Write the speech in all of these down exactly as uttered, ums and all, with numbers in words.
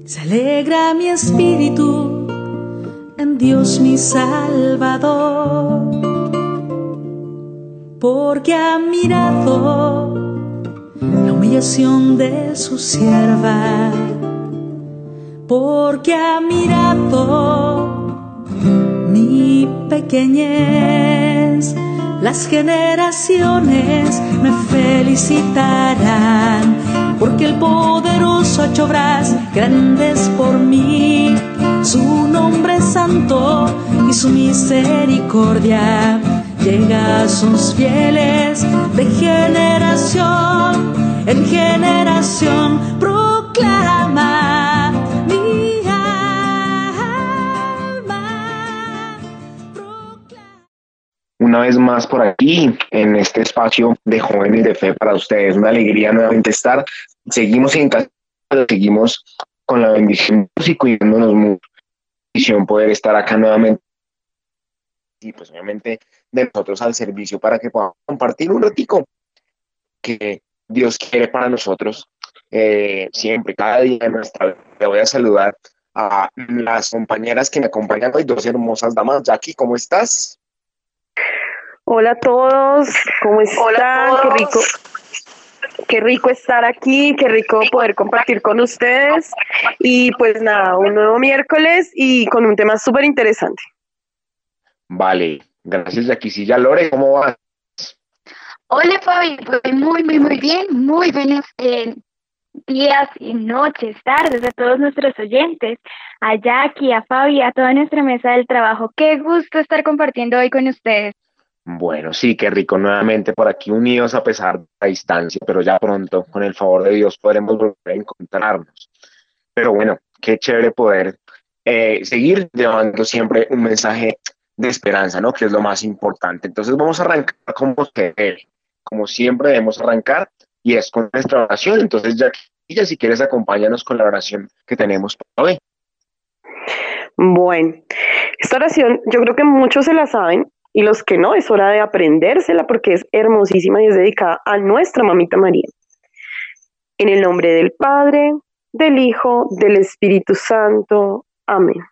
Se alegra mi espíritu en Dios mi Salvador, porque ha mirado la humillación de su sierva, porque ha mirado mi pequeñez. Las generaciones me felicitarán, porque el poderoso ha hecho obras grandes por mí. Su nombre es santo y su misericordia llega a sus fieles de generación en generación. Proclama mi alma, proclama. Una vez más por aquí, en este espacio de Jóvenes de Fe para ustedes. Una alegría nuevamente estar. Seguimos en casa, seguimos con la bendición y cuidándonos mucho. Bendición poder estar acá nuevamente. Y pues obviamente de nosotros al servicio para que podamos compartir un ratico que Dios quiere para nosotros. Eh, siempre, cada día de nuestra vida. Le voy a saludar a las compañeras que me acompañan hoy, dos hermosas damas. Jackie, ¿cómo estás? Hola a todos, ¿cómo están? Hola a todos. Qué rico, qué rico estar aquí, qué rico poder compartir con ustedes. Y pues nada, un nuevo miércoles y con un tema súper interesante. Vale, gracias Jackie. Sí, ya Lore, ¿cómo vas? Hola Fabi, pues muy, muy, muy bien, muy buenos eh, días y noches, tardes a todos nuestros oyentes, a Jackie, a Fabi, a toda nuestra mesa del trabajo. Qué gusto estar compartiendo hoy con ustedes. Bueno, sí, qué rico nuevamente por aquí unidos a pesar de la distancia, pero ya pronto, con el favor de Dios, podremos volver a encontrarnos. Pero bueno, qué chévere poder eh, seguir llevando siempre un mensaje de esperanza, ¿no? Que es lo más importante. Entonces vamos a arrancar como se debe, como siempre debemos arrancar, y es con nuestra oración. Entonces, ya, ya si quieres, acompáñanos con la oración que tenemos para hoy. Bueno, esta oración yo creo que muchos se la saben y los que no, es hora de aprendérsela porque es hermosísima y es dedicada a nuestra mamita María. En el nombre del Padre, del Hijo, del Espíritu Santo. Amén.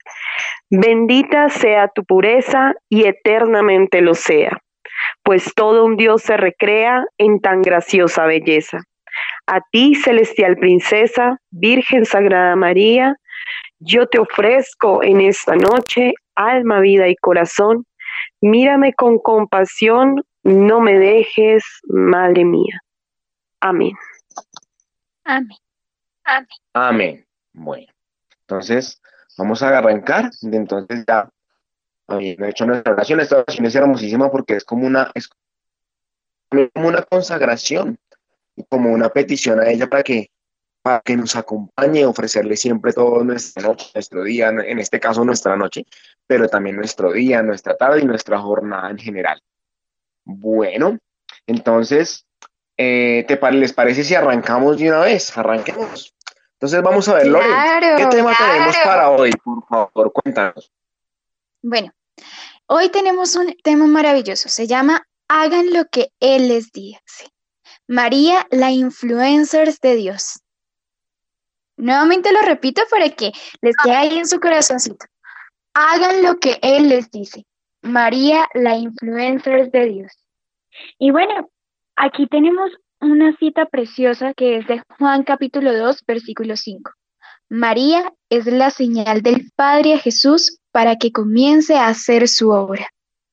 Bendita sea tu pureza y eternamente lo sea, pues todo un Dios se recrea en tan graciosa belleza. A ti, celestial princesa, Virgen Sagrada María, yo te ofrezco en esta noche alma, vida y corazón. Mírame con compasión, no me dejes, Madre mía. Amén. Amén. Amén. Amén. Bueno, entonces vamos a arrancar. Entonces ya habiendo hecho nuestra oración, esta oración es hermosísima porque es como una, es como una consagración y como una petición a ella para que, para que nos acompañe, ofrecerle siempre todo nuestra noche, nuestro día, en este caso nuestra noche, pero también nuestro día, nuestra tarde y nuestra jornada en general. Bueno, entonces, eh, ¿te, ¿les parece si arrancamos de una vez? Arranquemos. Entonces vamos a ver, Lore, Claro, ¿qué tema claro. tenemos para hoy? Por favor, cuéntanos. Bueno, hoy tenemos un tema maravilloso, se llama Hagan lo que Él les dice. María, la influencer de Dios. Nuevamente lo repito para que les quede ahí en su corazoncito. Hagan lo que Él les dice. María, la influencer de Dios. Y bueno, aquí tenemos una cita preciosa que es de Juan capítulo dos, versículo cinco. María es la señal del Padre a Jesús para que comience a hacer su obra.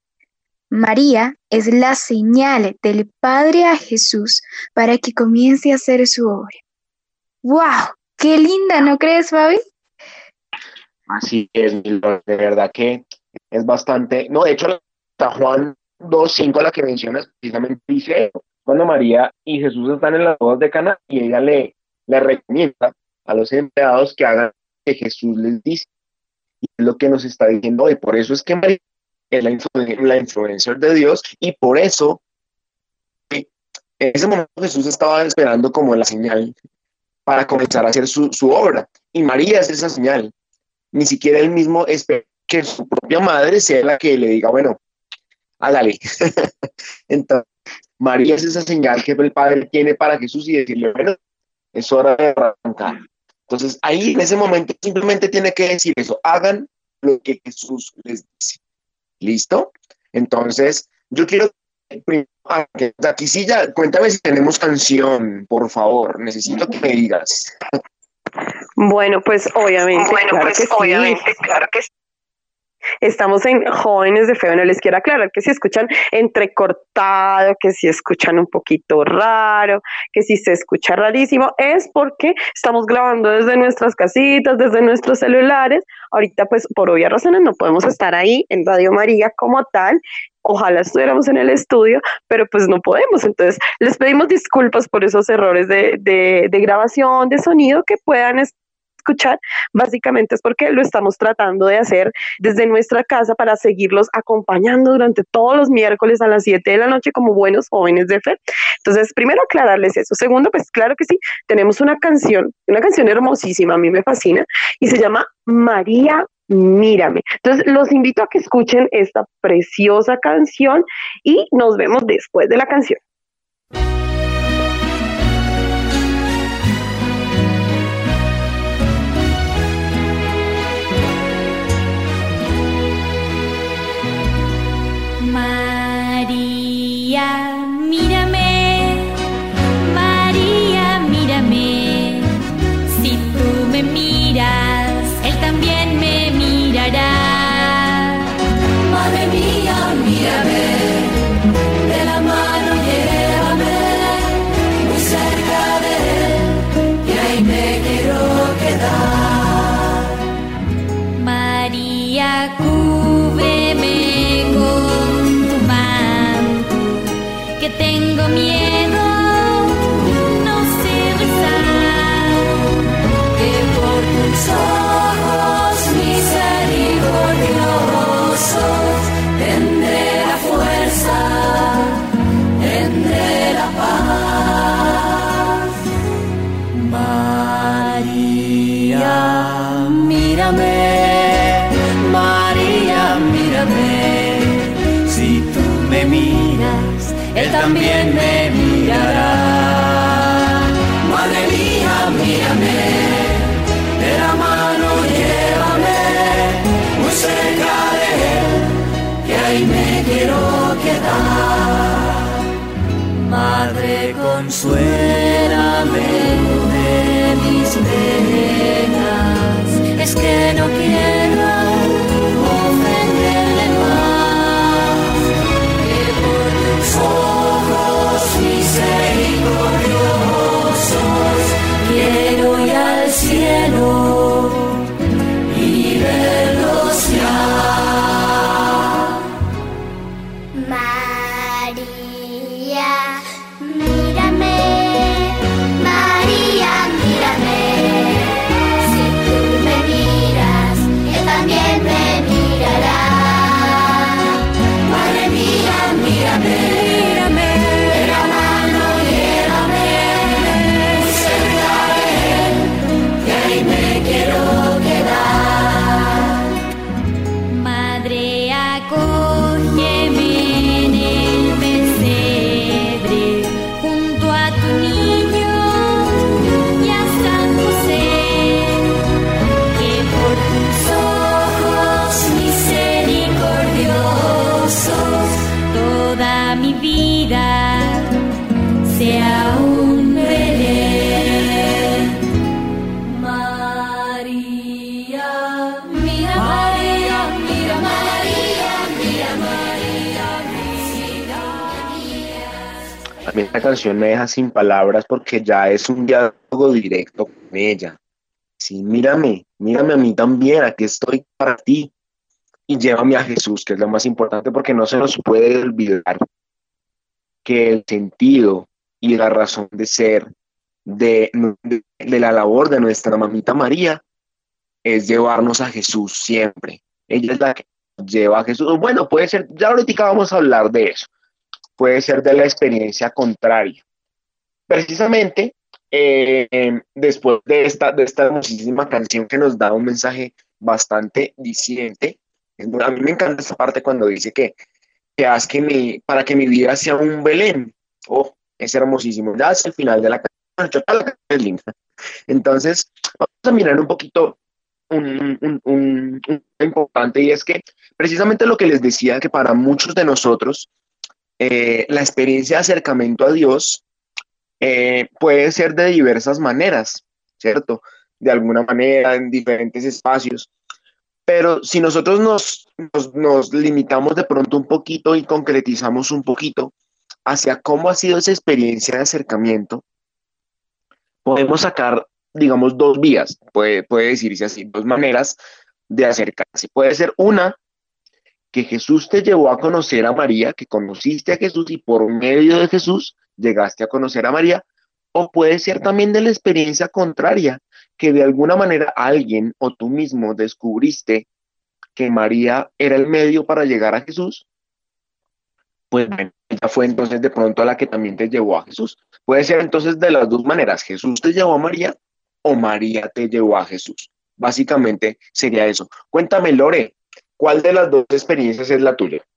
María es la señal del Padre a Jesús para que comience a hacer su obra. ¡Wow! ¡Qué linda! ¿No crees, Fabi? Así es, de verdad que es bastante, no, de hecho, la Juan dos cinco, la que mencionas, precisamente dice eso, cuando María y Jesús están en las bodas de Caná y ella le, le recomienda a los empleados que hagan lo que Jesús les dice, y es lo que nos está diciendo hoy. Por eso es que María es la, influ la influencer de Dios, y por eso en ese momento Jesús estaba esperando como la señal para comenzar a hacer su, su obra, y María es esa señal. Ni siquiera él mismo espera que su propia madre sea la que le diga, bueno, hágale. Entonces, María es esa señal que el Padre tiene para Jesús y decirle, bueno, es hora de arrancar. Entonces ahí en ese momento simplemente tiene que decir eso, hagan lo que Jesús les dice. ¿Listo? Entonces yo quiero que aquí sí ya, cuéntame si tenemos canción, por favor, necesito que me digas. Bueno, pues obviamente, Bueno, claro pues que sí. obviamente, claro que sí. Estamos en Jóvenes de Fe. No les quiero aclarar que si escuchan entrecortado, que si escuchan un poquito raro, que si se escucha rarísimo, es porque estamos grabando desde nuestras casitas, desde nuestros celulares. Ahorita, pues, por obvias razones no podemos estar ahí en Radio María como tal. Ojalá estuviéramos en el estudio, pero pues no podemos. Entonces, les pedimos disculpas por esos errores de, de, de grabación, de sonido que puedan estar escuchar, básicamente es porque lo estamos tratando de hacer desde nuestra casa para seguirlos acompañando durante todos los miércoles a las siete de la noche como buenos jóvenes de fe. Entonces, primero aclararles eso. Segundo, pues claro que sí, tenemos una canción, una canción hermosísima, a mí me fascina, y se llama María, mírame. Entonces, los invito a que escuchen esta preciosa canción y nos vemos después de la canción. María, mírame, María, mírame, si tú me miras, Él también me mirará. Madre mía, mírame, de la mano llévame, muy cerca de Él, y ahí me quiero quedar. María, cúbreme con tu manto, que tengo miedo, no sé rezar. Que por tus ojos misericordiosos tendré la fuerza, tendré la paz. María, mírame, María, mírame, si tú me miras, Él también me mirará. Madre mía, mírame, de la mano llévame, muy cerca de Él, que ahí me quiero quedar. Madre, consuélame de mis penas, es que no quiero ofenderle más. Que por tus ojos misericordiosos quiero ir al cielo y verlos ya. María, mírame, María, mírame, si tú me miras, Él también me mirará. Madre mía, mírame, mírame, de la mano llévame, muy cerca de Él, que ahí me quiero quedar. Madre, acógeme en el pesebre, junto a tu niño y a San José, que por tus ojos misericordiosos toda mi vida sea un Belén. María, mira, María, mira, María, mira, María, mira. A mí esta canción me deja sin palabras porque ya es un diálogo directo con ella. Sí, mírame, mírame a mí también, aquí estoy para ti. Y llévame a Jesús, que es lo más importante, porque no se nos puede olvidar que el sentido y la razón de ser de, de, de la labor de nuestra mamita María es llevarnos a Jesús siempre. Ella es la que nos lleva a Jesús. Bueno, puede ser, ya ahorita vamos a hablar de eso. Puede ser de la experiencia contraria. Precisamente, eh, después de esta, de esta hermosísima canción que nos da un mensaje bastante diciente, a mí me encanta esta parte cuando dice que, que haz que mi, para que mi vida sea un Belén. Oh, es hermosísimo. Ya es el final de la canción. dicho, toda la canción es linda. Entonces, vamos a mirar un poquito un, un, un, un importante, y es que precisamente lo que les decía, que para muchos de nosotros eh, la experiencia de acercamiento a Dios eh, puede ser de diversas maneras, ¿cierto? De alguna manera, en diferentes espacios. Pero si nosotros nos, nos, nos limitamos de pronto un poquito y concretizamos un poquito hacia cómo ha sido esa experiencia de acercamiento, podemos sacar, digamos, dos vías, puede, puede decirse así, dos maneras de acercarse. Puede ser una, que Jesús te llevó a conocer a María, que conociste a Jesús y por medio de Jesús llegaste a conocer a María, o puede ser también de la experiencia contraria, que de alguna manera alguien o tú mismo descubriste que María era el medio para llegar a Jesús, pues bueno, ella fue entonces de pronto la que también te llevó a Jesús. Puede ser entonces de las dos maneras, Jesús te llevó a María o María te llevó a Jesús. Básicamente sería eso. Cuéntame, Lore, ¿cuál de las dos experiencias es la tuya?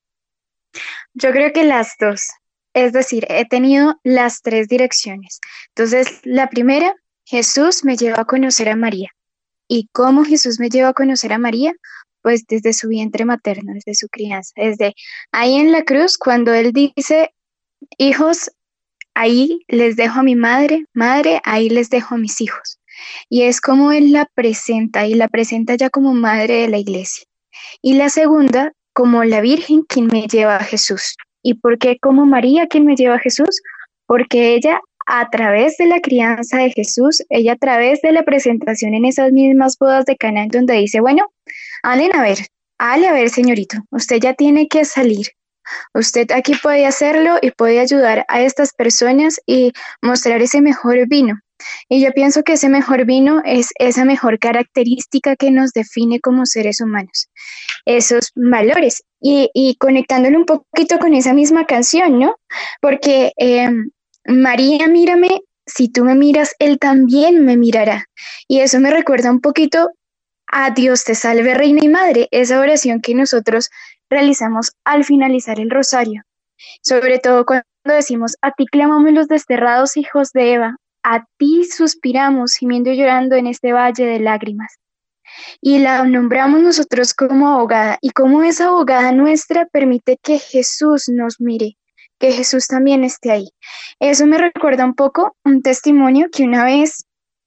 Yo creo que las dos. Es decir, he tenido las tres direcciones. Entonces, la primera, Jesús me llevó a conocer a María. ¿Y cómo Jesús me llevó a conocer a María? Pues desde su vientre materno, desde su crianza, desde ahí en la cruz, cuando Él dice, hijos, ahí les dejo a mi madre, madre, ahí les dejo a mis hijos. Y es como Él la presenta, y la presenta ya como madre de la iglesia. Y la segunda, como la Virgen quien me lleva a Jesús. ¿Y por qué como María quien me lleva a Jesús? Porque ella, a través de la crianza de Jesús, ella a través de la presentación en esas mismas bodas de Caná, en donde dice, bueno, Allen, a ver, Ale, a ver, señorito, usted ya tiene que salir. Usted aquí puede hacerlo y puede ayudar a estas personas y mostrar ese mejor vino. Y yo pienso que ese mejor vino es esa mejor característica que nos define como seres humanos, esos valores. Y, y conectándolo un poquito con esa misma canción, ¿no? Porque eh, María, mírame, si tú me miras, Él también me mirará. Y eso me recuerda un poquito a Dios te salve, Reina y Madre, esa oración que nosotros realizamos al finalizar el rosario. Sobre todo cuando decimos, a ti clamamos los desterrados hijos de Eva, a ti suspiramos, gimiendo y llorando en este valle de lágrimas. Y la nombramos nosotros como abogada, y como esa abogada nuestra permite que Jesús nos mire, que Jesús también esté ahí. Eso me recuerda un poco un testimonio que una vez,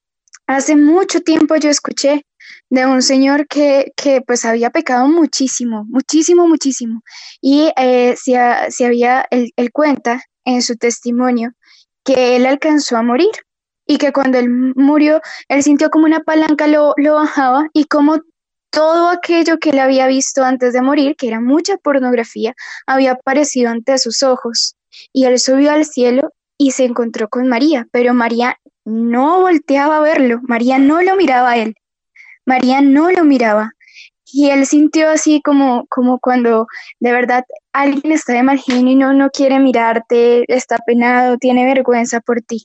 hace mucho tiempo yo escuché, de un señor que, que pues había pecado muchísimo, muchísimo, muchísimo. Y eh, si, a, si había, él, él cuenta en su testimonio que él alcanzó a morir y que cuando él murió, él sintió como una palanca lo, lo bajaba y como todo aquello que él había visto antes de morir, que era mucha pornografía, había aparecido ante sus ojos. Y él subió al cielo y se encontró con María, pero María no volteaba a verlo, María no lo miraba a él. María no lo miraba y él sintió así como, como cuando de verdad alguien está de mal genio y no, no quiere mirarte, está penado, tiene vergüenza por ti.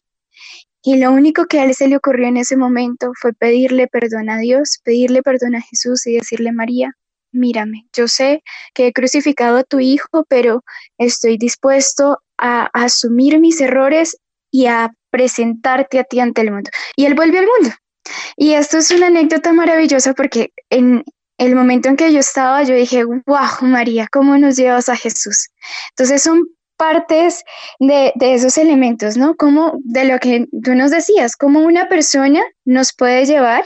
Y lo único que a él se le ocurrió en ese momento fue pedirle perdón a Dios, pedirle perdón a Jesús y decirle, María, mírame, yo sé que he crucificado a tu hijo, pero estoy dispuesto a, a asumir mis errores y a presentarte a ti ante el mundo. Y él volvió al mundo. Y esto es una anécdota maravillosa porque en el momento en que yo estaba, yo dije, wow, María, ¿cómo nos llevas a Jesús? Entonces son partes de, de esos elementos, ¿no? Como de lo que tú nos decías, cómo una persona nos puede llevar,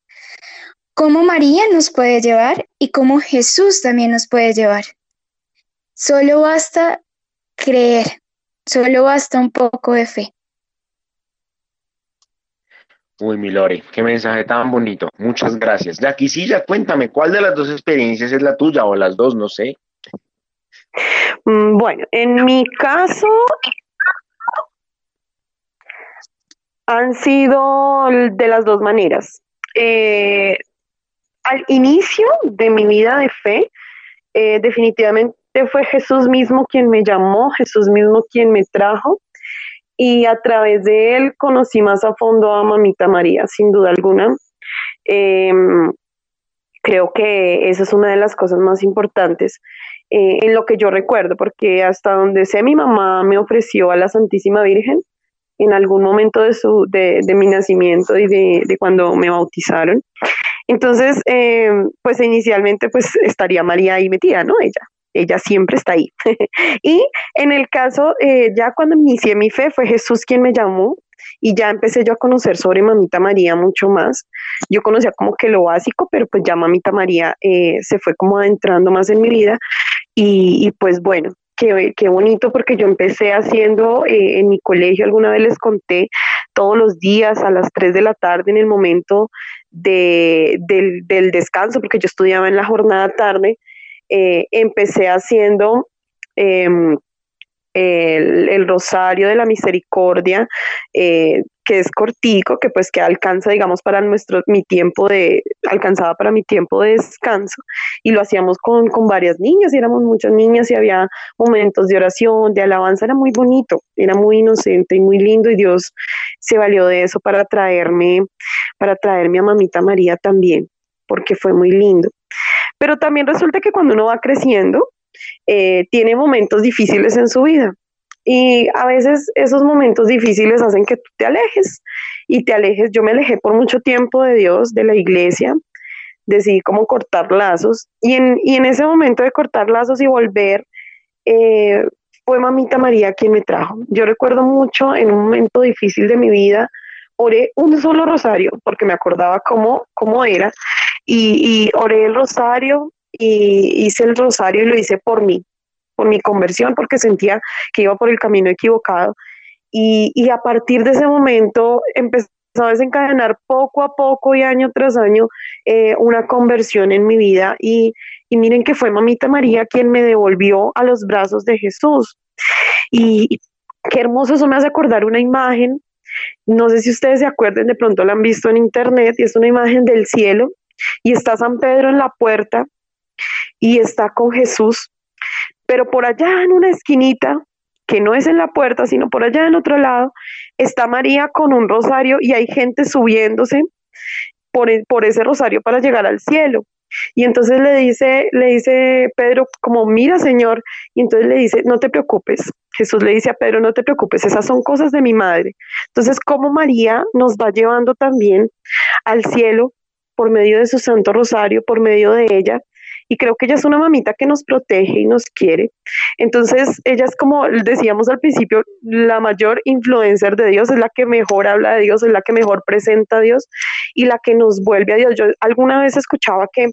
cómo María nos puede llevar y cómo Jesús también nos puede llevar. Solo basta creer, solo basta un poco de fe. Uy, mi Lore, qué mensaje tan bonito. Muchas gracias. Jackie, sí, ya cuéntame, ¿cuál de las dos experiencias es la tuya o las dos? No sé. Mm, Bueno, en mi caso han sido de las dos maneras. Eh, al inicio de mi vida de fe, eh, definitivamente fue Jesús mismo quien me llamó, Jesús mismo quien me trajo. Y a través de él conocí más a fondo a Mamita María, sin duda alguna. Eh, creo que esa es una de las cosas más importantes eh, en lo que yo recuerdo, porque hasta donde sé mi mamá me ofreció a la Santísima Virgen, en algún momento de, su, de, de mi nacimiento y de, de cuando me bautizaron. Entonces, eh, pues inicialmente pues estaría María ahí metida, ¿no? Ella, ella siempre está ahí. Y en el caso, eh, ya cuando inicié mi fe, fue Jesús quien me llamó y ya empecé yo a conocer sobre Mamita María mucho más. Yo conocía como que lo básico, pero pues ya Mamita María eh, se fue como adentrando más en mi vida y, y pues bueno. Qué, qué bonito porque yo empecé haciendo eh, en mi colegio, alguna vez les conté, todos los días a las tres de la tarde en el momento de, del, del descanso, porque yo estudiaba en la jornada tarde, eh, empecé haciendo eh, el, el Rosario de la Misericordia, eh, que es cortico, que pues que alcanza, digamos, para nuestro, mi tiempo de, alcanzaba para mi tiempo de descanso, y lo hacíamos con, con varias niñas, y éramos muchas niñas, y había momentos de oración, de alabanza, era muy bonito, era muy inocente y muy lindo, y Dios se valió de eso para traerme, para traerme a Mamita María también, porque fue muy lindo. Pero también resulta que cuando uno va creciendo, eh, tiene momentos difíciles en su vida. Y a veces esos momentos difíciles hacen que tú te alejes y te alejes. Yo me alejé por mucho tiempo de Dios, de la iglesia, decidí como cortar lazos y en, y en ese momento de cortar lazos y volver, eh, fue Mamita María quien me trajo. Yo recuerdo mucho en un momento difícil de mi vida, oré un solo rosario porque me acordaba cómo, cómo era y, y oré el rosario y hice el rosario y lo hice por mí, por mi conversión, porque sentía que iba por el camino equivocado. Y, y a partir de ese momento empezó a desencadenar poco a poco y año tras año eh, una conversión en mi vida. Y, y miren que fue Mamita María quien me devolvió a los brazos de Jesús. Y, y qué hermoso, eso me hace acordar una imagen. No sé si ustedes se acuerdan, de pronto la han visto en internet, y es una imagen del cielo. Y está San Pedro en la puerta y está con Jesús, pero por allá en una esquinita, que no es en la puerta, sino por allá en otro lado, está María con un rosario y hay gente subiéndose por, el, por ese rosario para llegar al cielo. Y entonces le dice, le dice Pedro, como mira, Señor, y entonces le dice, no te preocupes. Jesús le dice a Pedro, no te preocupes, esas son cosas de mi madre. Entonces, como María nos va llevando también al cielo por medio de su Santo Rosario, por medio de ella, y creo que ella es una mamita que nos protege y nos quiere. Entonces, ella es, como decíamos al principio, la mayor influencer de Dios, es la que mejor habla de Dios, es la que mejor presenta a Dios y la que nos vuelve a Dios. Yo alguna vez escuchaba que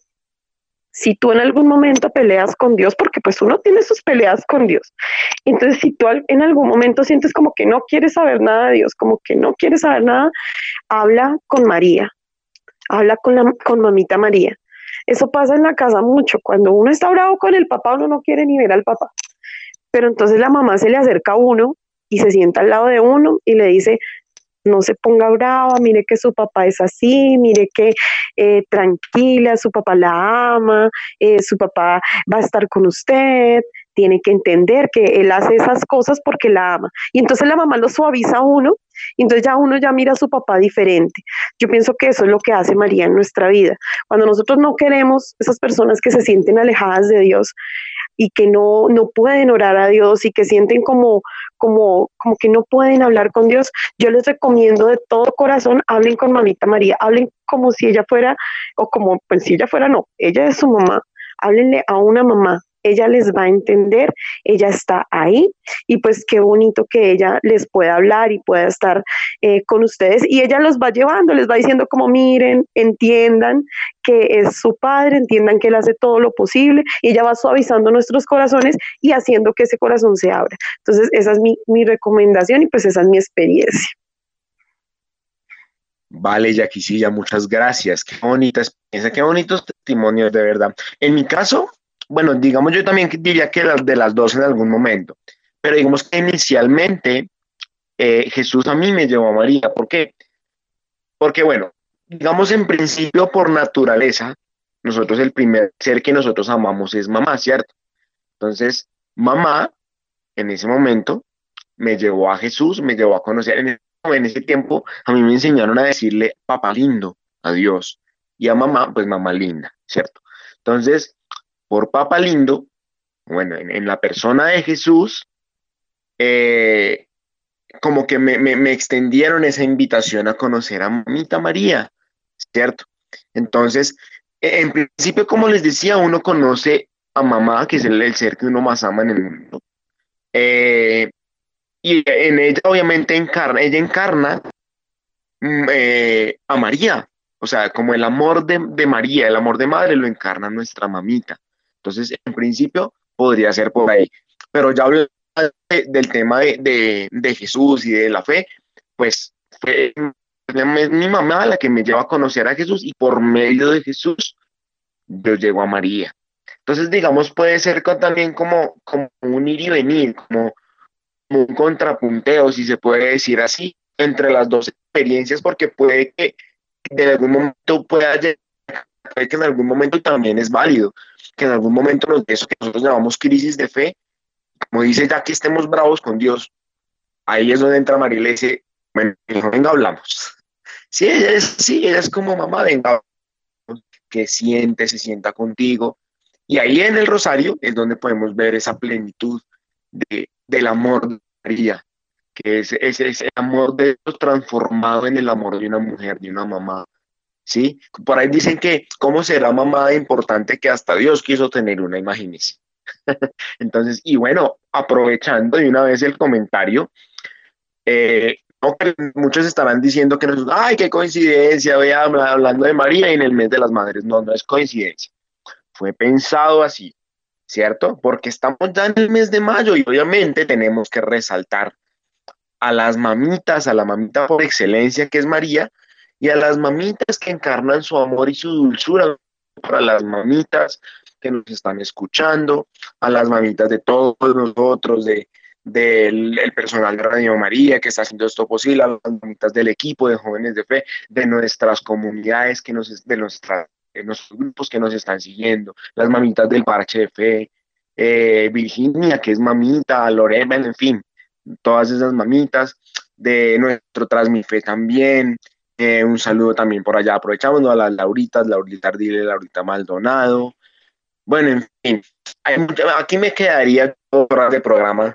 si tú en algún momento peleas con Dios, porque pues uno tiene sus peleas con Dios, entonces si tú en algún momento sientes como que no quieres saber nada de Dios, como que no quieres saber nada, habla con María, habla con, la, con Mamita María. Eso pasa en la casa mucho. Cuando uno está bravo con el papá, uno no quiere ni ver al papá. Pero entonces la mamá se le acerca a uno y se sienta al lado de uno y le dice, no se ponga brava, mire que su papá es así, mire que eh, tranquila, su papá la ama, eh, su papá va a estar con usted, tiene que entender que él hace esas cosas porque la ama. Y entonces la mamá lo suaviza a uno, y entonces ya uno ya mira a su papá diferente. Yo pienso que eso es lo que hace María en nuestra vida. Cuando nosotros no queremos, esas personas que se sienten alejadas de Dios y que no, no pueden orar a Dios y que sienten como, como, como que no pueden hablar con Dios, yo les recomiendo de todo corazón, hablen con Mamita María, hablen como si ella fuera, o como, pues si ella fuera, no, ella es su mamá, háblenle a una mamá, ella les va a entender, ella está ahí, y pues qué bonito que ella les pueda hablar y pueda estar eh, con ustedes, y ella los va llevando, les va diciendo como miren, entiendan que es su padre, entiendan que él hace todo lo posible, y ella va suavizando nuestros corazones y haciendo que ese corazón se abra. Entonces esa es mi, mi recomendación y pues esa es mi experiencia. Vale, Yaquisilla, muchas gracias. Qué bonita experiencia, qué bonitos testimonios, de verdad. En mi caso, bueno, digamos, yo también diría que las de las dos en algún momento, pero digamos que inicialmente eh, Jesús a mí me llevó a María. ¿Por qué? Porque, bueno, digamos en principio por naturaleza, nosotros el primer ser que nosotros amamos es mamá, ¿cierto? Entonces, mamá, en ese momento, me llevó a Jesús, me llevó a conocer. En ese, en ese tiempo, a mí me enseñaron a decirle papá lindo a Dios y a mamá, pues mamá linda, ¿cierto? Entonces, por papá lindo, bueno, en, en la persona de Jesús, eh, como que me, me, me extendieron esa invitación a conocer a Mamita María, ¿cierto? Entonces, e- en principio, como les decía, uno conoce a mamá, que es el, el ser que uno más ama en el mundo. Eh, y en ella, obviamente, encarna, ella encarna mm, eh, a María. O sea, como el amor de, de María, el amor de madre lo encarna nuestra mamita. Entonces, en principio, podría ser por ahí. Pero ya hablando de- del tema de, de, de Jesús y de la fe, pues fue es mi mamá la que me lleva a conocer a Jesús y por medio de Jesús yo llego a María. Entonces, digamos, puede ser co- también como, como un ir y venir, como, como un contrapunteo, si se puede decir así, entre las dos experiencias, porque puede que de algún momento pueda llegar, puede que en algún momento también es válido, que en algún momento nos de eso que nosotros llamamos crisis de fe, como dice, ya que estemos bravos con Dios, ahí es donde entra María y le dice, bueno, hijo, venga, hablamos. Sí, ella es, sí, ella es como mamá, venga, que siente, se sienta contigo. Y ahí en el rosario es donde podemos ver esa plenitud de, del amor de María, que es ese, ese amor de Dios transformado en el amor de una mujer, de una mamá. ¿Sí? Por ahí dicen que, ¿cómo será mamá de importante que hasta Dios quiso tener una, imagínese? Entonces, y bueno, aprovechando de una vez el comentario, eh, no, muchos estarán diciendo que nos, ay, qué coincidencia, vea, hablando de María y en el mes de las madres. No, no es coincidencia. Fue pensado así, ¿cierto? Porque estamos ya en el mes de mayo y obviamente tenemos que resaltar a las mamitas, a la mamita por excelencia que es María, y a las mamitas que encarnan su amor y su dulzura, para las mamitas que nos están escuchando, a las mamitas de todos nosotros, de, del el personal de Radio María que está haciendo esto posible, a las mamitas del equipo de Jóvenes de Fe, de nuestras comunidades, que nos, de nuestra, de nuestros grupos que nos están siguiendo, las mamitas del Parche de Fe, eh, Virginia, que es mamita, Lorena, en fin, todas esas mamitas, de nuestro Transmife también. Eh, un saludo también por allá, aprovechamos, ¿no? A las Lauritas, Laurita Ardile, Laurita Maldonado. Bueno, en fin, hay mucha- aquí me quedaría dos horas de programa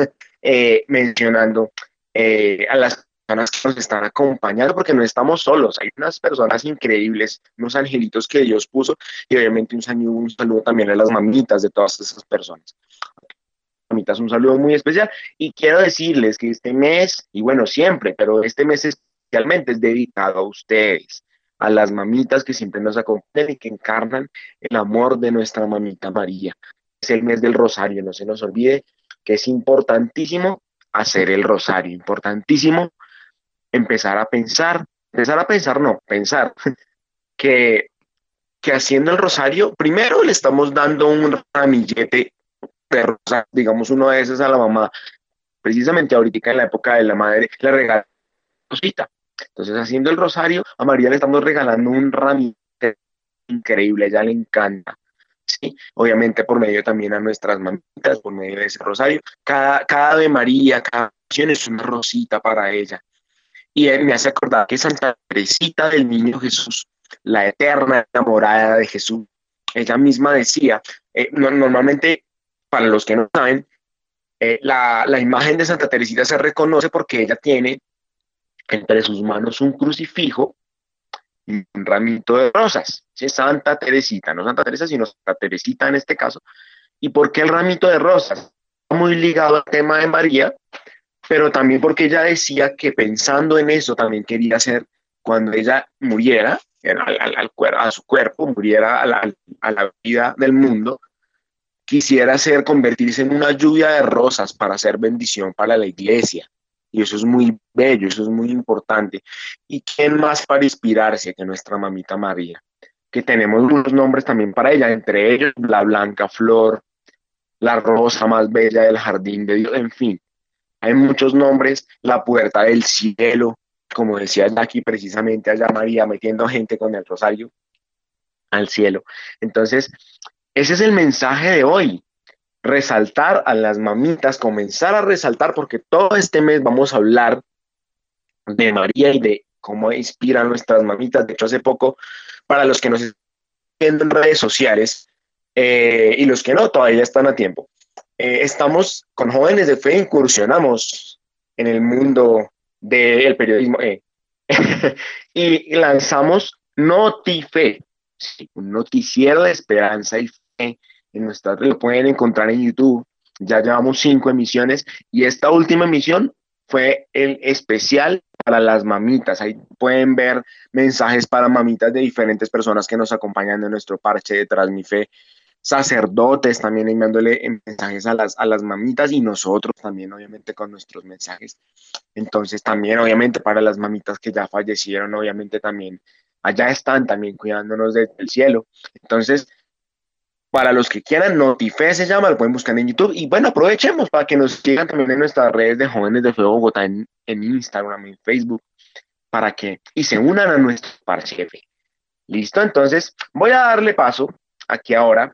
eh, mencionando eh, a las personas que nos están acompañando, porque no estamos solos, hay unas personas increíbles, unos angelitos que Dios puso, y obviamente un saludo, un saludo también a las mamitas de todas esas personas. Mamitas, un saludo muy especial y quiero decirles que este mes, y bueno, siempre, pero este mes especialmente es dedicado a ustedes, a las mamitas que siempre nos acompañan y que encarnan el amor de nuestra mamita María. Es el mes del rosario, no se nos olvide que es importantísimo hacer el rosario, importantísimo empezar a pensar, empezar a pensar, no, pensar que, que haciendo el rosario, primero le estamos dando un ramillete de rosas, digamos uno de esos a la mamá, precisamente ahorita en la época de la madre, le regala cosita. Entonces, haciendo el rosario, a María le estamos regalando un ramito increíble, a ella le encanta. ¿Sí? Obviamente por medio también a nuestras mamitas, por medio de ese rosario. Cada, cada Ave María, cada oración es una rosita para ella. Y él me hace acordar que Santa Teresita del Niño Jesús, la eterna enamorada de Jesús, ella misma decía, eh, no, normalmente, para los que no saben, eh, la, la imagen de Santa Teresita se reconoce porque ella tiene entre sus manos un crucifijo y un ramito de rosas. ¿Sí? Santa Teresita, no Santa Teresa, sino Santa Teresita en este caso. ¿Y por qué el ramito de rosas? Muy ligado al tema de María, pero también porque ella decía que pensando en eso también quería hacer, cuando ella muriera, al, al, al, a su cuerpo, muriera a la, a la vida del mundo, quisiera hacer, convertirse en una lluvia de rosas para hacer bendición para la iglesia. Y eso es muy bello, eso es muy importante. ¿Y quién más para inspirarse que nuestra mamita María? Que tenemos unos nombres también para ella, entre ellos la blanca flor, la rosa más bella del jardín de Dios, en fin. Hay muchos nombres, la puerta del cielo, como decía Jackie precisamente allá María metiendo gente con el rosario al cielo. Entonces, ese es el mensaje de hoy. Resaltar a las mamitas, comenzar a resaltar, porque todo este mes vamos a hablar de María y de cómo inspira a nuestras mamitas. De hecho, hace poco, para los que nos están viendo en redes sociales eh, y los que no, todavía están a tiempo. Eh, estamos con Jóvenes de Fe, incursionamos en el mundo del periodismo. eh. Y lanzamos Notife, sí, un noticiero de esperanza y fe en nuestra red. Lo pueden encontrar en YouTube. Ya llevamos cinco emisiones y esta última emisión fue el especial para las mamitas. Ahí pueden ver mensajes para mamitas de diferentes personas que nos acompañan en nuestro parche de Tras Mi Fe, sacerdotes también enviándole mensajes a las, a las mamitas y nosotros también obviamente con nuestros mensajes. Entonces también obviamente para las mamitas que ya fallecieron, obviamente también allá están también cuidándonos desde el cielo. Entonces, para los que quieran, Notife se llama, lo pueden buscar en YouTube. Y bueno, aprovechemos para que nos sigan también en nuestras redes de Jóvenes de Fe Bogotá, en, en Instagram, en Facebook, para que, y se unan a nuestro parche de fe. ¿Listo? Entonces, voy a darle paso aquí ahora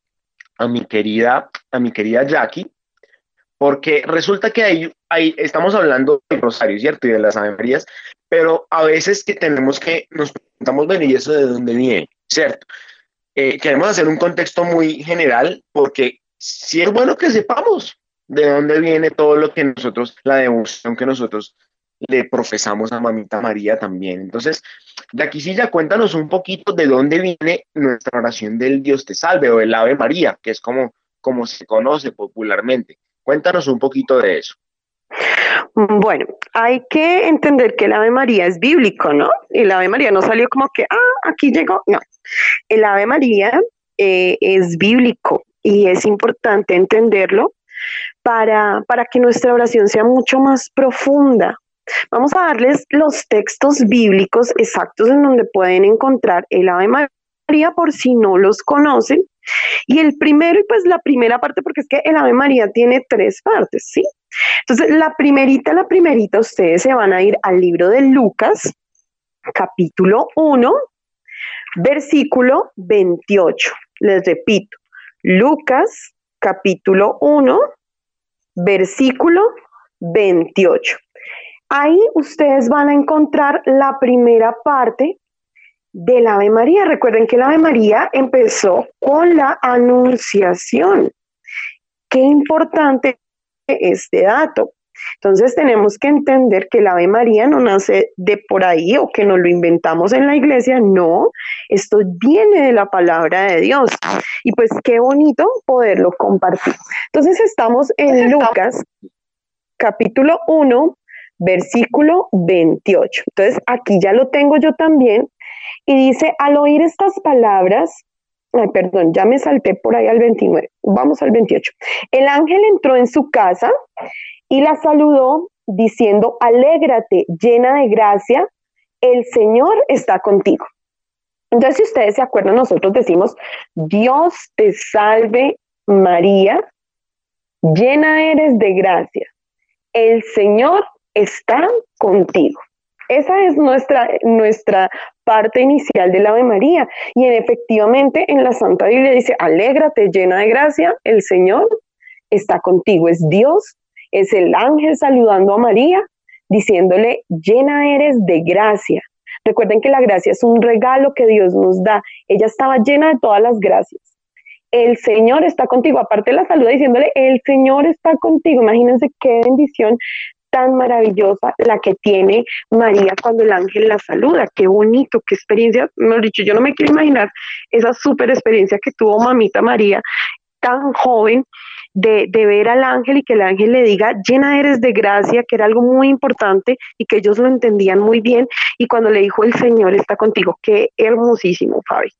a mi querida, a mi querida Jackie, porque resulta que ahí, ahí estamos hablando del rosario, ¿cierto? Y de las Ave Marías, pero a veces que tenemos que, nos preguntamos, bueno, ¿y eso de dónde viene? ¿Cierto? Eh, queremos hacer un contexto muy general porque sí es bueno que sepamos de dónde viene todo lo que nosotros, la devoción que nosotros le profesamos a Mamita María también. Entonces, de aquí sí ya cuéntanos un poquito de dónde viene nuestra oración del Dios te salve o el Ave María, que es como, como se conoce popularmente. Cuéntanos un poquito de eso. Bueno, hay que entender que el Ave María es bíblico, ¿no? El Ave María no salió como que, ah, aquí llegó, no. El Ave María eh, es bíblico y es importante entenderlo para, para que nuestra oración sea mucho más profunda. Vamos a darles los textos bíblicos exactos en donde pueden encontrar el Ave María por si no los conocen. Y el primero, y pues la primera parte, porque es que el Ave María tiene tres partes, ¿sí? Entonces, la primerita, la primerita, ustedes se van a ir al libro de Lucas, capítulo uno, versículo veintiocho. Les repito, Lucas, capítulo uno, versículo veintiocho. Ahí ustedes van a encontrar la primera parte del Ave María. Recuerden que el Ave María empezó con la anunciación. Qué importante este dato. Entonces tenemos que entender que el Ave María no nace de por ahí o que nos lo inventamos en la iglesia, no, esto viene de la palabra de Dios y pues qué bonito poderlo compartir. Entonces estamos en Lucas capítulo uno, versículo veintiocho. Entonces aquí ya lo tengo yo también y dice, al oír estas palabras, ay, perdón, ya me salté por ahí al veintinueve, vamos al veintiocho. El ángel entró en su casa y la saludó diciendo, alégrate, llena de gracia, el Señor está contigo. Entonces, si ustedes se acuerdan, nosotros decimos, Dios te salve María, llena eres de gracia, el Señor está contigo. Esa es nuestra, nuestra parte inicial del Ave María. Y en, efectivamente en la Santa Biblia dice, alégrate, llena de gracia, el Señor está contigo. Es Dios, es el ángel saludando a María, diciéndole, llena eres de gracia. Recuerden que la gracia es un regalo que Dios nos da. Ella estaba llena de todas las gracias. El Señor está contigo. Aparte la saluda diciéndole, el Señor está contigo. Imagínense qué bendición tan maravillosa la que tiene María cuando el ángel la saluda. Qué bonito, qué experiencia. Mejor dicho, yo no me quiero imaginar esa súper experiencia que tuvo mamita María, tan joven, de, de ver al ángel y que el ángel le diga, llena eres de gracia, que era algo muy importante y que ellos lo entendían muy bien. Y cuando le dijo, el Señor está contigo, qué hermosísimo, Fabi.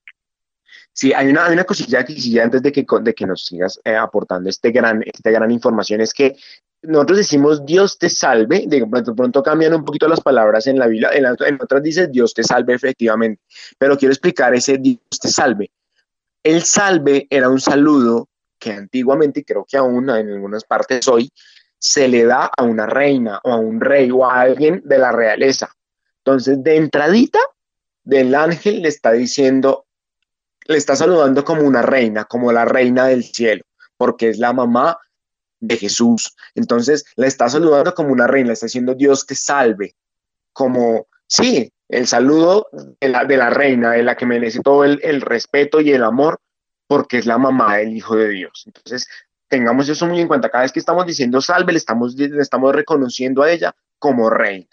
Sí, hay una, hay una cosilla que quisiera antes de que, de que nos sigas eh, aportando este gran, esta gran información, es que nosotros decimos Dios te salve, de pronto, pronto cambian un poquito las palabras en la Biblia, en, la, en otras dice Dios te salve efectivamente, pero quiero explicar ese Dios te salve. El salve era un saludo que antiguamente, y creo que aún en algunas partes hoy, se le da a una reina o a un rey o a alguien de la realeza. Entonces, de entradita, del ángel le está diciendo, le está saludando como una reina, como la reina del cielo, porque es la mamá de Jesús. Entonces, le está saludando como una reina, le está diciendo Dios te salve, como, sí, el saludo de la, de la reina, de la que merece todo el, el respeto y el amor, porque es la mamá del Hijo de Dios. Entonces, tengamos eso muy en cuenta. Cada vez que estamos diciendo salve, le estamos, le estamos reconociendo a ella como reina.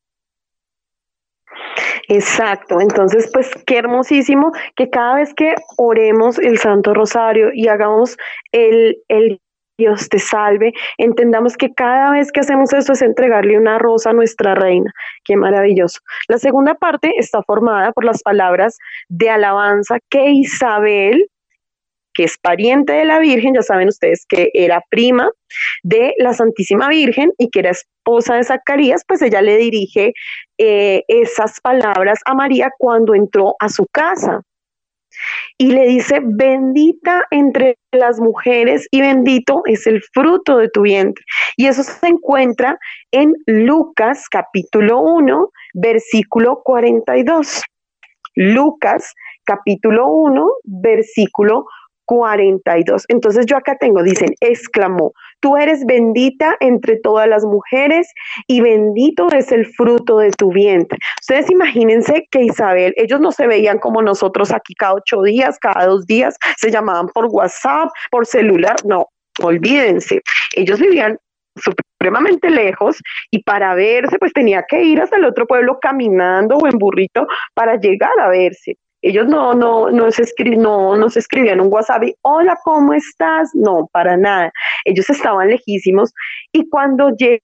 Exacto, entonces pues qué hermosísimo que cada vez que oremos el Santo Rosario y hagamos el, el Dios te salve, entendamos que cada vez que hacemos esto es entregarle una rosa a nuestra reina. Qué maravilloso. La segunda parte está formada por las palabras de alabanza que Isabel, que es pariente de la Virgen, ya saben ustedes que era prima de la Santísima Virgen y que era esposa de Zacarías, pues ella le dirige eh, esas palabras a María cuando entró a su casa. Y le dice, bendita entre las mujeres y bendito es el fruto de tu vientre. Y eso se encuentra en Lucas capítulo uno, versículo cuarenta y dos. Lucas capítulo uno, versículo cuarenta y dos. Entonces yo acá tengo, dicen, exclamó, tú eres bendita entre todas las mujeres y bendito es el fruto de tu vientre. Ustedes imagínense que Isabel, ellos no se veían como nosotros aquí cada ocho días, cada dos días, se llamaban por WhatsApp, por celular, no, olvídense, ellos vivían supremamente lejos y para verse pues tenía que ir hasta el otro pueblo caminando o en burrito para llegar a verse. Ellos no, no, no, se escri no, no se escribían un WhatsApp y, hola, ¿cómo estás? No, para nada. Ellos estaban lejísimos y cuando llega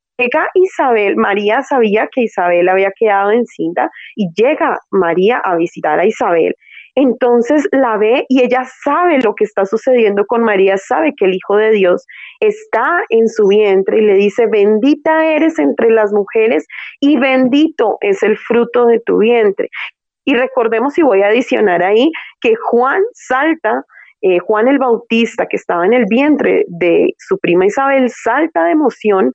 Isabel, María sabía que Isabel había quedado encinta y llega María a visitar a Isabel. Entonces la ve y ella sabe lo que está sucediendo con María, sabe que el Hijo de Dios está en su vientre y le dice, bendita eres entre las mujeres y bendito es el fruto de tu vientre. Y recordemos, y voy a adicionar ahí, que Juan salta, eh, Juan el Bautista, que estaba en el vientre de su prima Isabel, salta de emoción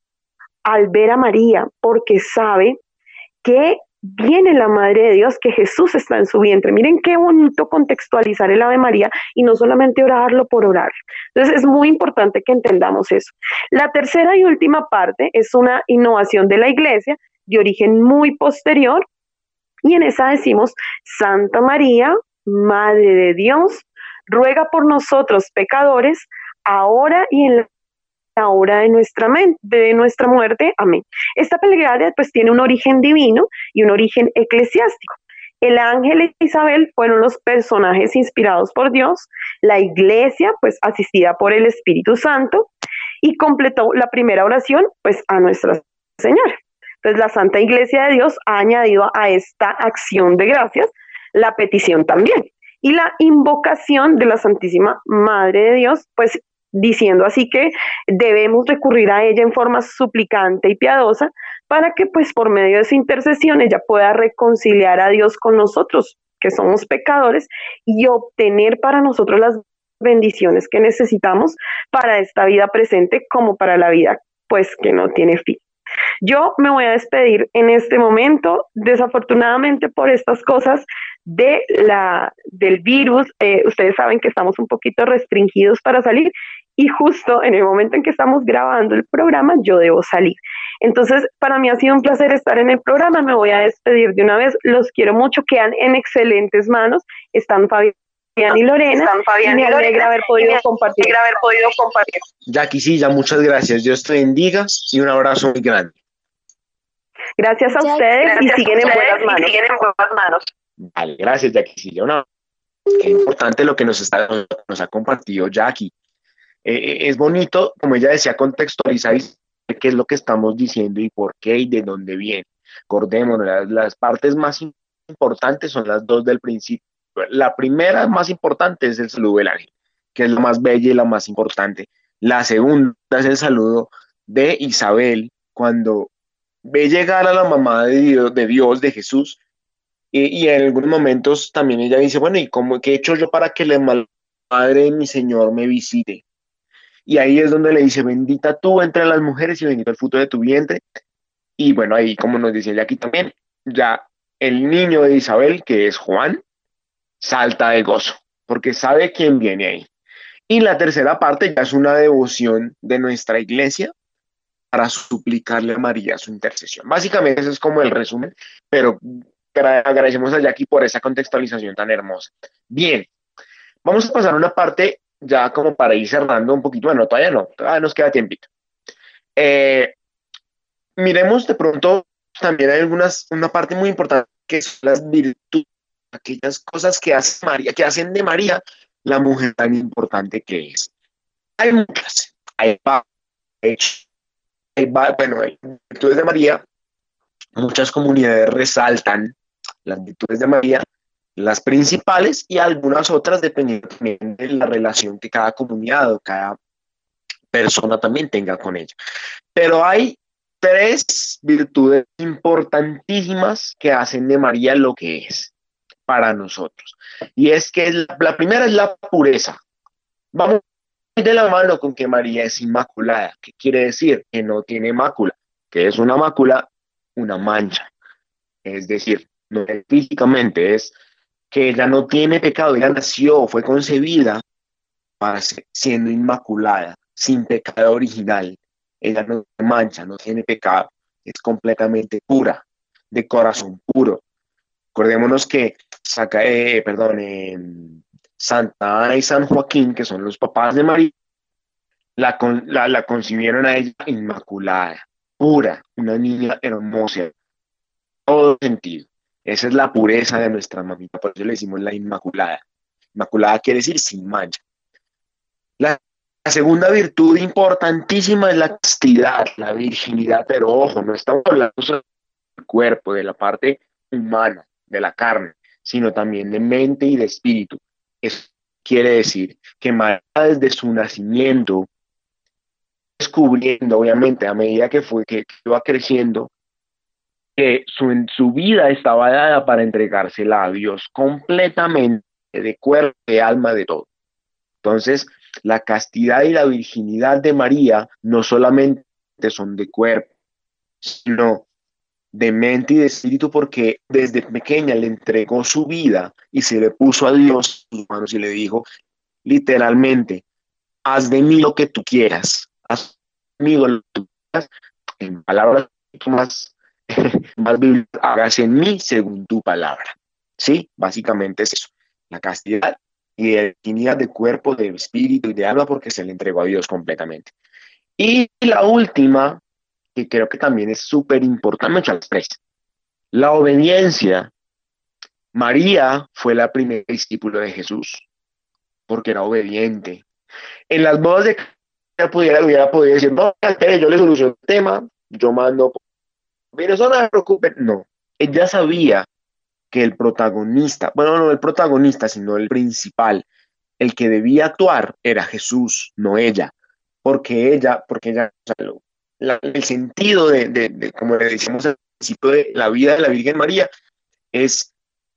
al ver a María, porque sabe que viene la Madre de Dios, que Jesús está en su vientre. Miren qué bonito contextualizar el Ave María y no solamente orarlo por orar. Entonces es muy importante que entendamos eso. La tercera y última parte es una innovación de la Iglesia de origen muy posterior, y en esa decimos, Santa María, Madre de Dios, ruega por nosotros pecadores, ahora y en la hora de nuestra, de nuestra muerte. Amén. Esta plegaria pues tiene un origen divino y un origen eclesiástico. El ángel e Isabel fueron los personajes inspirados por Dios, la Iglesia pues asistida por el Espíritu Santo y completó la primera oración pues a Nuestra Señora. Entonces la Santa Iglesia de Dios ha añadido a esta acción de gracias la petición también. Y la invocación de la Santísima Madre de Dios, pues diciendo así que debemos recurrir a ella en forma suplicante y piadosa para que pues por medio de su intercesión ella pueda reconciliar a Dios con nosotros, que somos pecadores, y obtener para nosotros las bendiciones que necesitamos para esta vida presente como para la vida pues que no tiene fin. Yo me voy a despedir en este momento, desafortunadamente por estas cosas de la, del virus, eh, ustedes saben que estamos un poquito restringidos para salir y justo en el momento en que estamos grabando el programa yo debo salir. Entonces, para mí ha sido un placer estar en el programa, me voy a despedir de una vez, los quiero mucho, quedan en excelentes manos, están Fabián y Lorena, Están Fabián y me alegra haber podido compartir. haber podido compartir. Jaquisilla, muchas gracias. Dios te bendiga y un abrazo muy grande. Gracias a ustedes gracias y siguen en buenas manos. Siguen en buenas manos. Vale, gracias, Jaquisilla. Una... Qué importante lo que nos, está, nos ha compartido Jackie. Eh, es bonito, como ella decía, contextualizar qué es lo que estamos diciendo y por qué y de dónde viene. Acordémonos, las, las partes más importantes son las dos del principio. La primera más importante es el saludo del ángel, que es la más bella y la más importante. La segunda es el saludo de Isabel, cuando ve llegar a la mamá de Dios, de, Dios, de Jesús, y, y en algunos momentos también ella dice, bueno, ¿y cómo, qué he hecho yo para que la madre de mi Señor me visite? Y ahí es donde le dice, bendita tú entre las mujeres y bendito el fruto de tu vientre. Y bueno, ahí como nos decía aquí también, ya el niño de Isabel, que es Juan, salta de gozo, porque sabe quién viene ahí. Y la tercera parte ya es una devoción de nuestra iglesia para suplicarle a María su intercesión. Básicamente ese es como el resumen, pero, pero agradecemos a Jackie por esa contextualización tan hermosa. Bien, vamos a pasar a una parte ya como para ir cerrando un poquito, bueno, todavía no, todavía nos queda tiempito. Eh, Miremos de pronto también hay algunas, una parte muy importante que son las virtudes, aquellas cosas que hace María, que hacen de María la mujer tan importante que es. Hay muchas, hay, hay, hay bueno, hay virtudes de María, muchas comunidades resaltan las virtudes de María, las principales y algunas otras dependiendo también de la relación que cada comunidad o cada persona también tenga con ella. Pero hay tres virtudes importantísimas que hacen de María lo que es para nosotros. Y es que la, la primera es la pureza. Vamos de la mano con que María es inmaculada. ¿Qué quiere decir? Que no tiene mácula. ¿Que es una mácula? Una mancha. Es decir, no es físicamente, es que ella no tiene pecado. Ella nació, fue concebida para ser, siendo inmaculada, sin pecado original. Ella no se mancha, no tiene pecado, es completamente pura, de corazón puro. Acordémonos que saca, eh, perdón, eh, Santa Ana y San Joaquín, que son los papás de María, la, con, la, la concibieron a ella inmaculada, pura, una niña hermosa, en todo sentido. Esa es la pureza de nuestra mamita, por eso le decimos la inmaculada. Inmaculada quiere decir sin mancha. La La segunda virtud importantísima es la castidad, la virginidad, pero ojo, no estamos hablando solo del cuerpo, de la parte humana, de la carne, sino también de mente y de espíritu. Eso quiere decir que María desde su nacimiento, descubriendo, obviamente, a medida que fue que iba creciendo, que su, su vida estaba dada para entregársela a Dios completamente, de cuerpo, de alma, de todo. Entonces, la castidad y la virginidad de María no solamente son de cuerpo, sino de mente y de espíritu, porque desde pequeña le entregó su vida y se le puso a Dios en sus manos y le dijo literalmente, haz de mí lo que tú quieras, haz de mí lo que tú quieras, en palabras más, más bíblicas, hágase en mí según tu palabra. Sí, básicamente es eso, la castidad y de virginidad de cuerpo, de espíritu y de alma, porque se le entregó a Dios completamente. Y la última, que creo que también es súper importante, las tres, la obediencia. María fue la primera discípula de Jesús, porque era obediente. En las bodas de Cana pudiera, hubiera podido decir, no, yo le soluciono el tema, yo mando, pero eso no se preocupen. No, ella sabía que el protagonista, bueno, no el protagonista, sino el principal, el que debía actuar era Jesús, no ella, porque ella, porque ella, o sea, lo, la, el sentido de, de, de, como le decíamos al principio, de la vida de la Virgen María es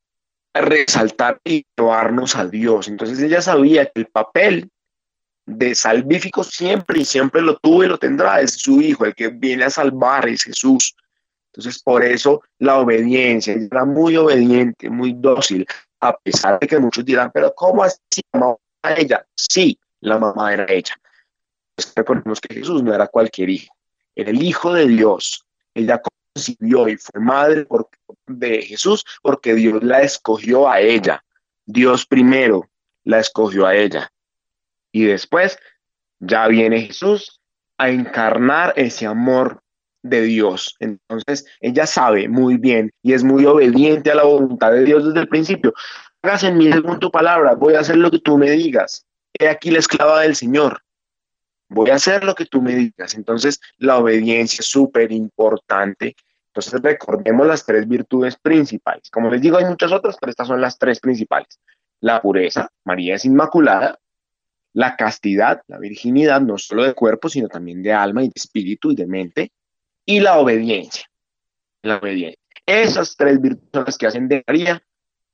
resaltar y llevarnos a Dios. Entonces ella sabía que el papel de salvífico siempre y siempre lo tuvo y lo tendrá, es su hijo, el que viene a salvar es Jesús. Entonces, por eso la obediencia, ella era muy obediente, muy dócil, a pesar de que muchos dirán, pero ¿cómo así la mamá era ella? Sí, la mamá era ella. Pues recordemos que Jesús no era cualquier hijo, era el Hijo de Dios. Ella concibió y fue madre por, de Jesús porque Dios la escogió a ella. Dios primero la escogió a ella. Y después ya viene Jesús a encarnar ese amor de Dios. Entonces ella sabe muy bien y es muy obediente a la voluntad de Dios desde el principio. Hágase en mí según tu palabra, voy a hacer lo que tú me digas. He aquí la esclava del Señor. Voy a hacer lo que tú me digas. Entonces la obediencia es súper importante. Entonces recordemos las tres virtudes principales. Como les digo, hay muchas otras, pero estas son las tres principales. La pureza, María es inmaculada. La castidad, la virginidad, no solo de cuerpo, sino también de alma y de espíritu y de mente. Y la obediencia. La obediencia. Esas tres virtudes son las que hacen de María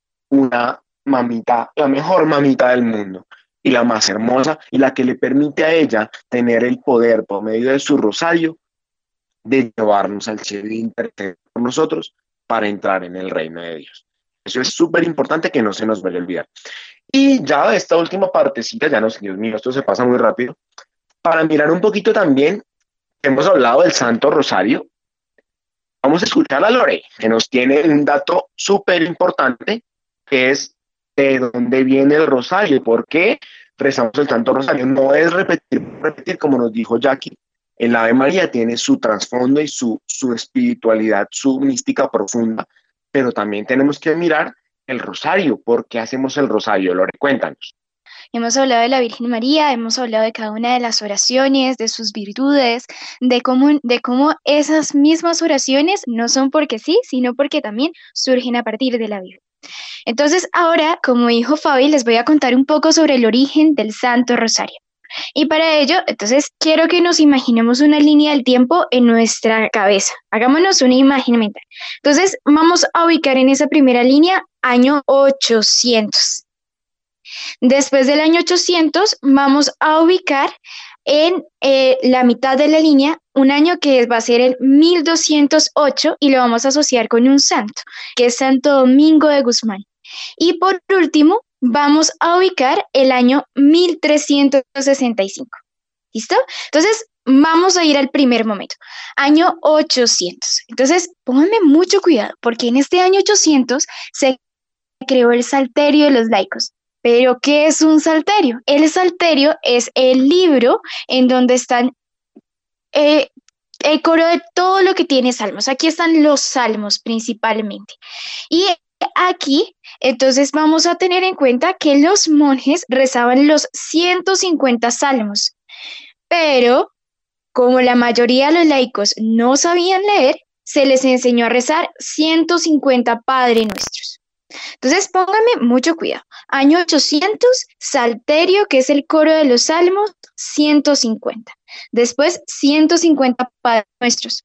una mamita, la mejor mamita del mundo y la más hermosa y la que le permite a ella tener el poder por medio de su rosario de llevarnos al cielo y interceder por nosotros para entrar en el reino de Dios. Eso es súper importante que no se nos vaya a olvidar. Y ya esta última partecita, ya no sé, Dios mío, esto se pasa muy rápido, para mirar un poquito también, hemos hablado del Santo Rosario, vamos a escuchar a Lore, que nos tiene un dato súper importante, que es de dónde viene el rosario. ¿Por qué? rezamos el Santo Rosario. No es repetir, repetir, como nos dijo Jackie. El Ave María tiene su trasfondo y su, su espiritualidad, su mística profunda, pero también tenemos que mirar el rosario. ¿Por qué hacemos el rosario? Lore, cuéntanos. Hemos hablado de la Virgen María, hemos hablado de cada una de las oraciones, de sus virtudes, de cómo, de cómo esas mismas oraciones no son porque sí, sino porque también surgen a partir de la Biblia. Entonces, ahora, como dijo Fabi, les voy a contar un poco sobre el origen del Santo Rosario. Y para ello, entonces, quiero que nos imaginemos una línea del tiempo en nuestra cabeza. Hagámonos una imagen mental. Entonces, vamos a ubicar en esa primera línea año ochocientos. Después del año ochocientos, vamos a ubicar en eh, la mitad de la línea un año que va a ser el mil doscientos ocho y lo vamos a asociar con un santo, que es Santo Domingo de Guzmán. Y por último, vamos a ubicar el año mil trescientos sesenta y cinco. ¿Listo? Entonces, vamos a ir al primer momento, año ochocientos. Entonces, pónganme mucho cuidado, porque en este año ochocientos se creó el Salterio de los laicos. ¿Pero qué es un salterio? El salterio es el libro en donde están eh, el coro de todo lo que tiene salmos. Aquí están los salmos principalmente. Y aquí, entonces, vamos a tener en cuenta que los monjes rezaban los ciento cincuenta salmos. Pero, como la mayoría de los laicos no sabían leer, se les enseñó a rezar ciento cincuenta Padre Nuestros. Entonces, pónganme mucho cuidado. Año ochocientos, Salterio, que es el coro de los salmos, ciento cincuenta. Después, ciento cincuenta Padres Nuestros.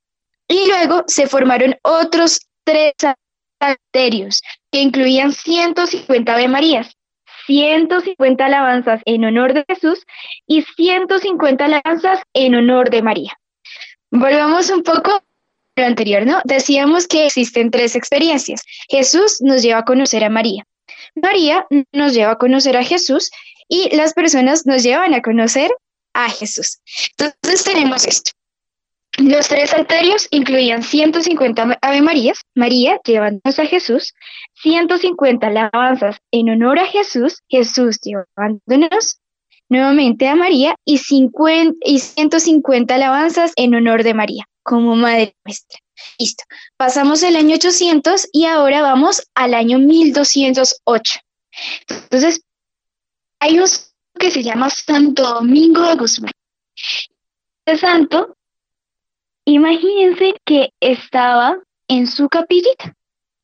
Y luego se formaron otros tres salterios que incluían ciento cincuenta Ave Marías, ciento cincuenta alabanzas en honor de Jesús y ciento cincuenta alabanzas en honor de María. Volvamos un poco lo anterior, ¿no? Decíamos que existen tres experiencias. Jesús nos lleva a conocer a María. María nos lleva a conocer a Jesús y las personas nos llevan a conocer a Jesús. Entonces tenemos esto. Los tres salterios incluían ciento cincuenta Ave Marías, María llevándonos a Jesús, ciento cincuenta alabanzas en honor a Jesús, Jesús llevándonos nuevamente a María y, cincuenta, y ciento cincuenta alabanzas en honor de María como Madre Nuestra. Listo. Pasamos el año ochocientos y ahora vamos al año mil doscientos ocho. Entonces, hay un santo que se llama Santo Domingo de Guzmán. Este santo, imagínense que estaba en su capillita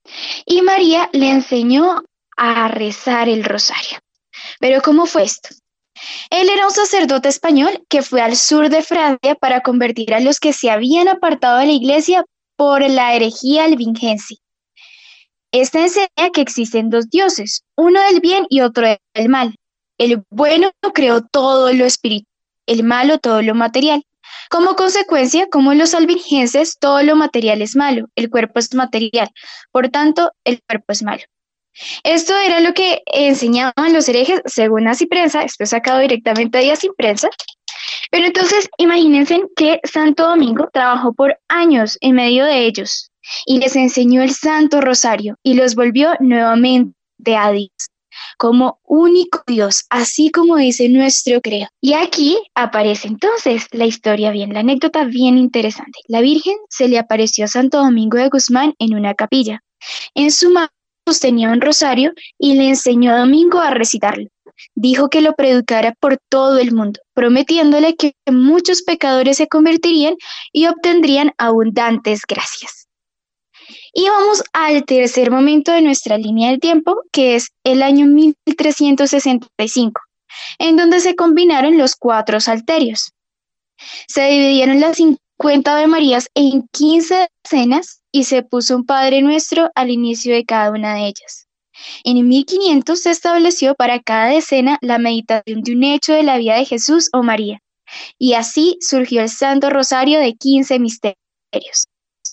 y María le enseñó a rezar el rosario. Pero ¿cómo fue esto? Él era un sacerdote español que fue al sur de Francia para convertir a los que se habían apartado de la iglesia por la herejía albigense. Esta enseña que existen dos dioses, uno del bien y otro del mal. El bueno creó todo lo espiritual, el malo todo lo material. Como consecuencia, como los albigenses, todo lo material es malo, el cuerpo es material, por tanto, el cuerpo es malo. Esto era lo que enseñaban los herejes según Así Prensa, esto es sacado directamente de Así Prensa, pero entonces imagínense que Santo Domingo trabajó por años en medio de ellos y les enseñó el Santo Rosario y los volvió nuevamente a Dios como único Dios, así como dice nuestro credo. Y aquí aparece entonces la historia bien, la anécdota bien interesante. La Virgen se le apareció a Santo Domingo de Guzmán en una capilla. En su mano sostenía un rosario y le enseñó a Domingo a recitarlo. Dijo que lo predicara por todo el mundo, prometiéndole que muchos pecadores se convertirían y obtendrían abundantes gracias. Y vamos al tercer momento de nuestra línea del tiempo, que es el año mil trescientos sesenta y cinco, en donde se combinaron los cuatro salterios. Se dividieron las cincuenta Ave Marías en quince decenas y se puso un Padre Nuestro al inicio de cada una de ellas. En mil quinientos se estableció para cada decena la meditación de un hecho de la vida de Jesús o María, y así surgió el Santo Rosario de quince misterios.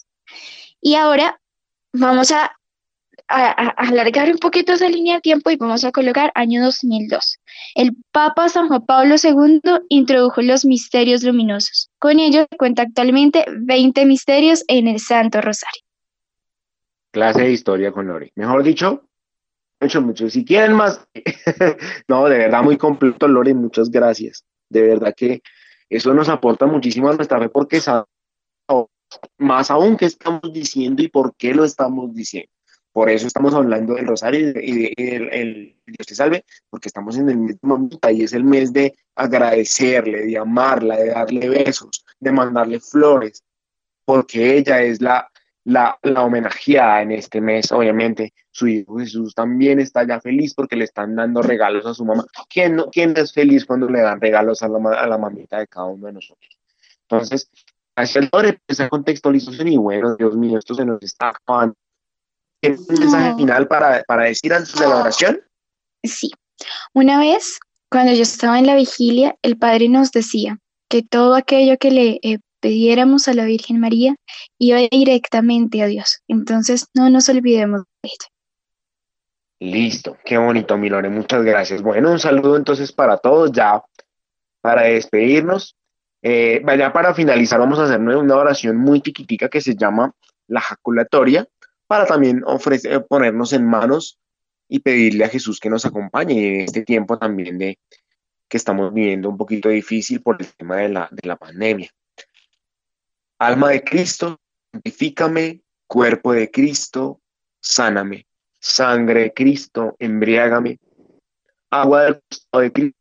Y ahora vamos a, a, a alargar un poquito esa línea de tiempo y vamos a colocar año dos mil dos. El Papa San Juan Pablo segundo introdujo los misterios luminosos. Con ello cuenta actualmente veinte misterios en el Santo Rosario. Clase de historia con Lore. Mejor dicho, mucho, mucho. Si quieren más, no, de verdad muy completo, Lore, muchas gracias. De verdad que eso nos aporta muchísimo a nuestra fe porque sabemos más aún qué estamos diciendo y por qué lo estamos diciendo. Por eso estamos hablando del Rosario y, de, y de- y del el Dios te salve, porque estamos en el mes de Mamita y es el mes de agradecerle, de amarla, de darle besos, de mandarle flores, porque ella es la, la, la homenajeada en este mes, obviamente. Su hijo Jesús también está ya feliz porque le están dando regalos a su mamá. ¿Quién no, quién no es feliz cuando le dan regalos a la, ma- a la mamita de cada uno de nosotros? Entonces, hacia el lore, esa contextualización y bueno, Dios mío, esto se nos está acabando. ¿Tienes un mensaje No, final para, para decir antes de la oración? sí. Una vez, cuando yo estaba en la vigilia, el Padre nos decía que todo aquello que le eh, pidiéramos a la Virgen María iba directamente a Dios. Entonces, no nos olvidemos de ella. Listo, qué bonito, mi Lore, muchas gracias. Bueno, un saludo entonces para todos, ya para despedirnos. Eh, vaya para finalizar, vamos a hacer una oración muy chiquitica que se llama la jaculatoria, para también ofrecer, ponernos en manos y pedirle a Jesús que nos acompañe en este tiempo también de que estamos viviendo un poquito difícil por el tema de la, de la pandemia. Alma de Cristo, santifícame, cuerpo de Cristo, sáname, sangre de Cristo, embriágame, agua del costado de Cristo,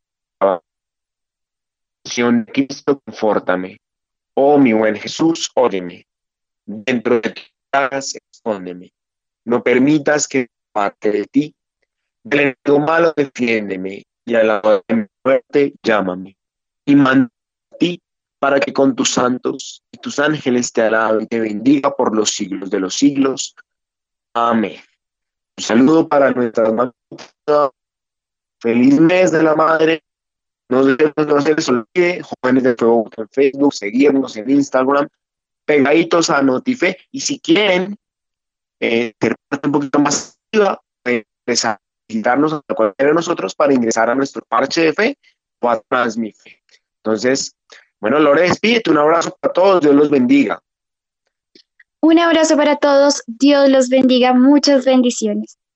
acción de Cristo, confórtame. Oh, mi buen Jesús, óyeme, dentro de tus llagas, escóndeme, no permitas que parte de ti, del enemigo malo defiéndeme, y a la hora de mi muerte llámame, y manda a ti para que con tus santos y tus ángeles te alaben y te bendiga por los siglos de los siglos. Amén. Un saludo para nuestras mamás. Feliz mes de la madre. No se, no se les olvide, Jóvenes de Fuego en Facebook, seguirnos en Instagram, pegaditos a Notife. Y si quieren eh, ser parte un poquito más activa, pueden empezar a visitarnos a cualquiera de nosotros para ingresar a nuestro parche de fe o a Transmife. Entonces, bueno, Lore, despídete, un abrazo para todos, Dios los bendiga. Un abrazo para todos. Dios los bendiga. Muchas bendiciones.